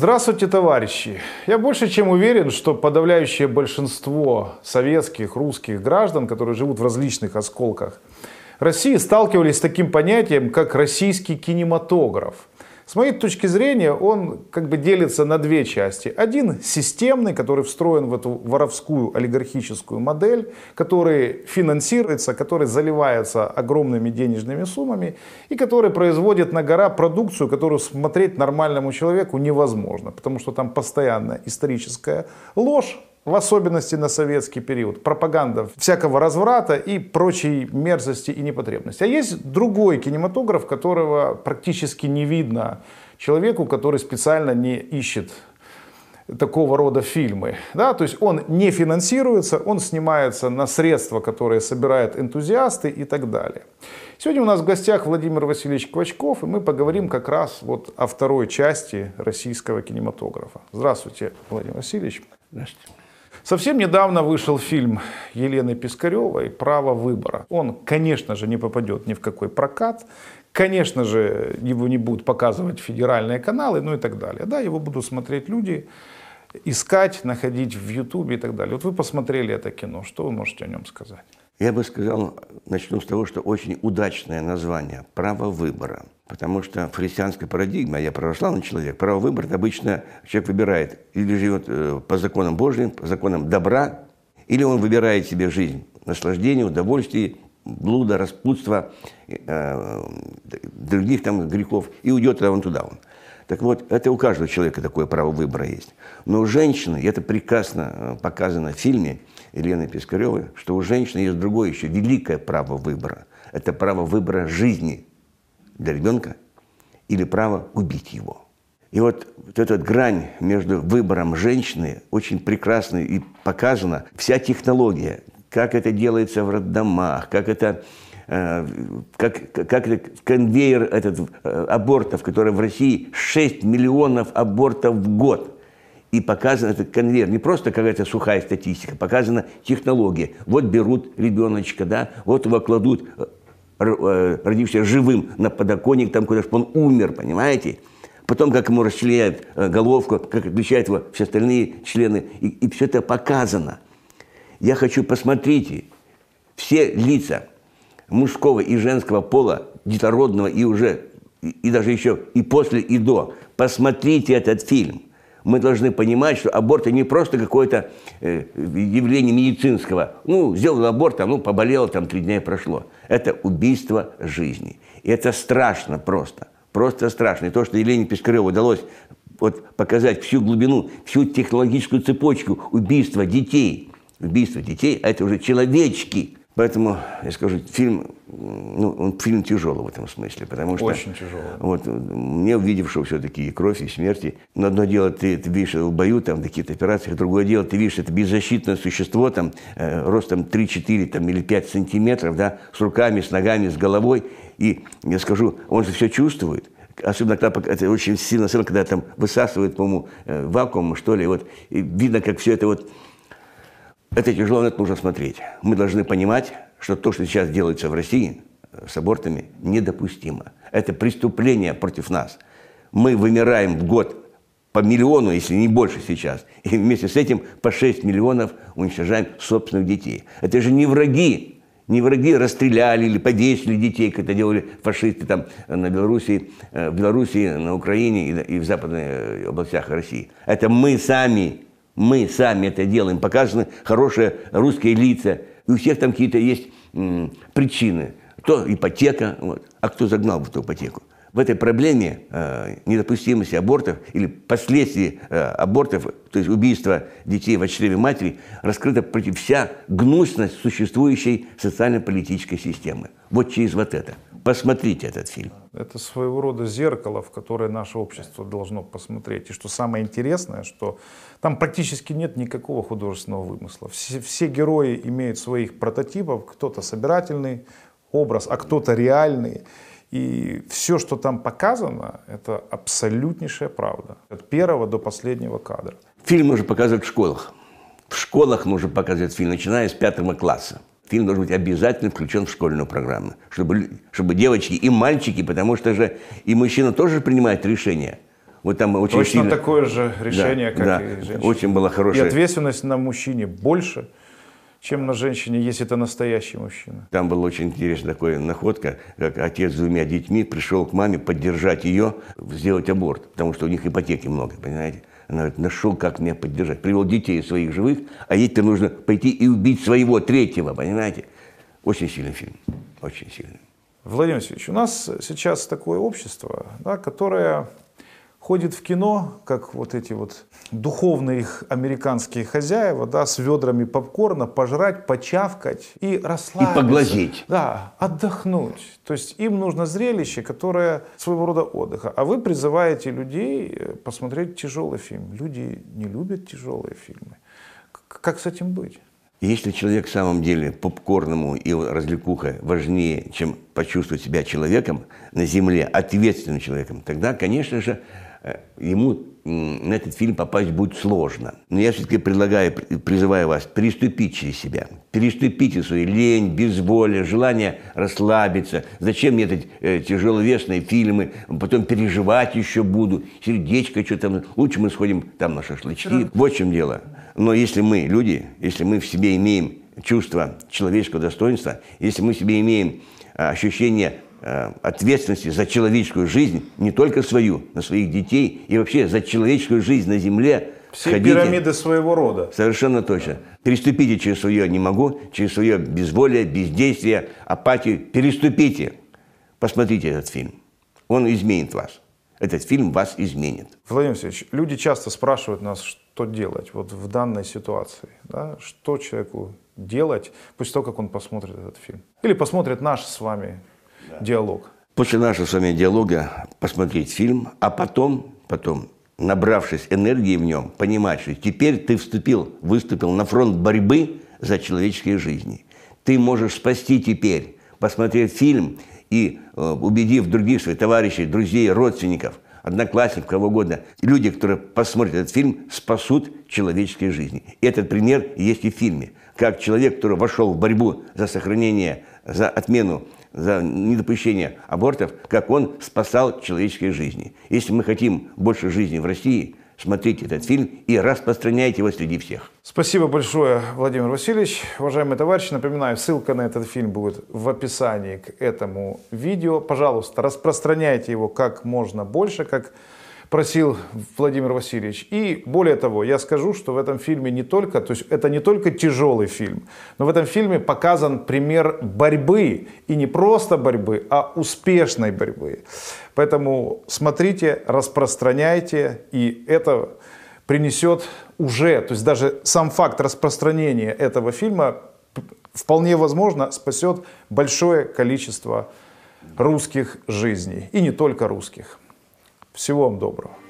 Здравствуйте, товарищи! Я больше чем уверен, что подавляющее большинство советских, русских граждан, которые живут в различных осколках России, сталкивались с таким понятием, как российский кинематограф. С моей точки зрения, он делится на две части. Один системный, который встроен в эту воровскую олигархическую модель, который финансируется, который заливается огромными денежными суммами и который производит на гора продукцию, которую смотреть нормальному человеку невозможно, потому что там постоянно историческая ложь, в особенности на советский период, пропаганда всякого разврата и прочей мерзости и непотребности. А есть другой кинематограф, которого практически не видно человеку, который специально не ищет такого рода фильмы. Да? То есть он не финансируется, он снимается на средства, которые собирают энтузиасты и так далее. Сегодня у нас в гостях Владимир Васильевич Квачков, и мы поговорим как раз о второй части российского кинематографа. Здравствуйте, Владимир Васильевич. Здравствуйте. Совсем недавно вышел фильм Елены Пискаревой «Право выбора». Он, конечно же, не попадет ни в какой прокат. Конечно же, его не будут показывать федеральные каналы, ну и так далее. Да, его будут смотреть люди, искать, находить в Ютубе и так далее. Вот вы посмотрели это кино. Что вы можете о нем сказать? Я бы сказал, начну с того, что очень удачное название «Право выбора». Потому что в христианской парадигме, а я православный человек, право выбора обычно человек выбирает или живет по законам Божьим, по законам добра, или он выбирает себе жизнь, наслаждение, удовольствие, блуда, распутства, других там грехов, и уйдет туда. Так вот, это у каждого человека такое право выбора есть. Но у женщины, и это прекрасно показано в фильме Елены Пискаревой, что у женщины есть другое еще великое право выбора. Это право выбора жизни для ребенка или право убить его. И вот эта грань между выбором женщины очень прекрасно и показана. Вся технология, как это делается в роддомах, как это конвейер абортов, который в России 6 миллионов абортов в год. И показан этот конвейер, не просто какая-то сухая статистика, показана технология. Вот берут ребеночка, да, вот его кладут, родившийся живым, на подоконник, там куда-то, он умер, понимаете? Потом, как ему расчленяют головку, как отличают его все остальные члены, и все это показано. Я хочу, посмотрите, все лица мужского и женского пола, детородного и уже, и даже еще и после, и до. Посмотрите этот фильм. Мы должны понимать, что аборт – не просто какое-то явление медицинского. Ну, сделал аборт, поболело, 3 дня и прошло. Это убийство жизни. И это страшно просто. Просто страшно. И то, что Елене Пискаревой удалось показать всю глубину, всю технологическую цепочку убийства детей. Убийство детей – а это уже человечки. Поэтому, я скажу, фильм тяжелый в этом смысле, потому что… Очень тяжелый. Мне, увидевшего все-таки и кровь, и смерти, но одно дело, ты видишь в бою, в каких-то операциях, другое дело, ты видишь это беззащитное существо, ростом 3-4 или 5 сантиметров, да, с руками, с ногами, с головой, и, я скажу, он же все чувствует. Особенно, когда это очень сильно, когда высасывает, по-моему, вакуум, что ли, и видно, как все это это тяжело, на это нужно смотреть. Мы должны понимать, что то, что сейчас делается в России с абортами, недопустимо. Это преступление против нас. Мы вымираем в год по миллиону, если не больше сейчас. И вместе с этим по 6 миллионов уничтожаем собственных детей. Это же не враги. Не враги расстреляли или повесили детей, как это делали фашисты в Белоруссии, на Украине и в западных областях России. Это мы сами. Мы сами это делаем. Показаны хорошие русские лица. И у всех какие-то есть причины. То ипотека, а кто загнал в эту ипотеку? В этой проблеме недопустимости абортов или последствий абортов, то есть убийства детей в чреве матери, раскрыта против вся гнусность существующей социально-политической системы. Вот через это. Посмотрите этот фильм. Это своего рода зеркало, в которое наше общество должно посмотреть. И что самое интересное, что там практически нет никакого художественного вымысла. Все герои имеют своих прототипов. Кто-то собирательный образ, а кто-то реальный. И все, что там показано, это абсолютнейшая правда. От первого до последнего кадра. Фильм нужно показывать в школах. В школах нужно показывать фильм, начиная с 5 класса. Фильм должен быть обязательно включен в школьную программу, чтобы девочки и мальчики, потому что же и мужчина тоже принимает решения. Вот там очень Точно сильно... такое же решение, Да, как да. и женщина. Очень была И хорошая... ответственность на мужчине больше, чем на женщине, если это настоящий мужчина. Там была очень интересная такая находка, как отец с 2 детьми пришел к маме поддержать ее, сделать аборт, потому что у них ипотеки много, понимаете? Она говорит, нашел, как меня поддержать. Привел детей своих живых, а ей-то нужно пойти и убить своего третьего, понимаете? Очень сильный фильм, очень сильный. Владимир Васильевич, у нас сейчас такое общество, да, которое ходит в кино, как вот эти вот духовные их американские хозяева, да, с ведрами попкорна, пожрать, почавкать и расслабиться. И поглазеть. Да, отдохнуть. То есть им нужно зрелище, которое своего рода отдыха. А вы призываете людей посмотреть тяжелый фильм. Люди не любят тяжелые фильмы. Как с этим быть? Если человек в самом деле попкорному и развлекуха важнее, чем почувствовать себя человеком на земле, ответственным человеком, тогда, конечно же, ему на этот фильм попасть будет сложно. Но я все-таки призываю вас переступить через себя. Переступите свою лень, безволие, желание расслабиться. Зачем мне эти тяжеловесные фильмы, потом переживать еще буду, сердечко, что там. Лучше мы сходим там на шашлычки. Вот в чем дело. Но если мы, люди, если мы в себе имеем чувство человеческого достоинства, если мы в себе имеем ощущение ответственности за человеческую жизнь, не только свою, но своих детей и вообще за человеческую жизнь на земле. Все ходите. пирамиды своего рода. Совершенно точно. Переступите через свое «не могу», через свое безволие, бездействие, апатию. Переступите. Посмотрите этот фильм. Он изменит вас. Этот фильм вас изменит. Владимир Васильевич, люди часто спрашивают нас, что делать вот в данной ситуации. Да? Что человеку делать после того, как он посмотрит этот фильм? Или посмотрит наш с вами диалог. После нашего с вами диалога посмотреть фильм, а потом, набравшись энергии в нем, понимать, что теперь ты выступил на фронт борьбы за человеческие жизни. Ты можешь спасти теперь, посмотреть фильм и убедив других своих товарищей, друзей, родственников, одноклассников, кого угодно, люди, которые посмотрят этот фильм, спасут человеческие жизни. И этот пример есть и в фильме. Как человек, который вошел в борьбу за сохранение, за отмену, за недопущение абортов, как он спасал человеческие жизни. Если мы хотим больше жизни в России, смотрите этот фильм и распространяйте его среди всех. Спасибо большое, Владимир Васильевич. Уважаемые товарищи, напоминаю, ссылка на этот фильм будет в описании к этому видео. Пожалуйста, распространяйте его как можно больше, как просил Владимир Васильевич. И более того, я скажу, что в этом фильме не только, то есть это не только тяжелый фильм, но в этом фильме показан пример борьбы. И не просто борьбы, а успешной борьбы. Поэтому смотрите, распространяйте, и это принесет уже, то есть даже сам факт распространения этого фильма вполне возможно спасет большое количество русских жизней. И не только русских. Всего вам доброго.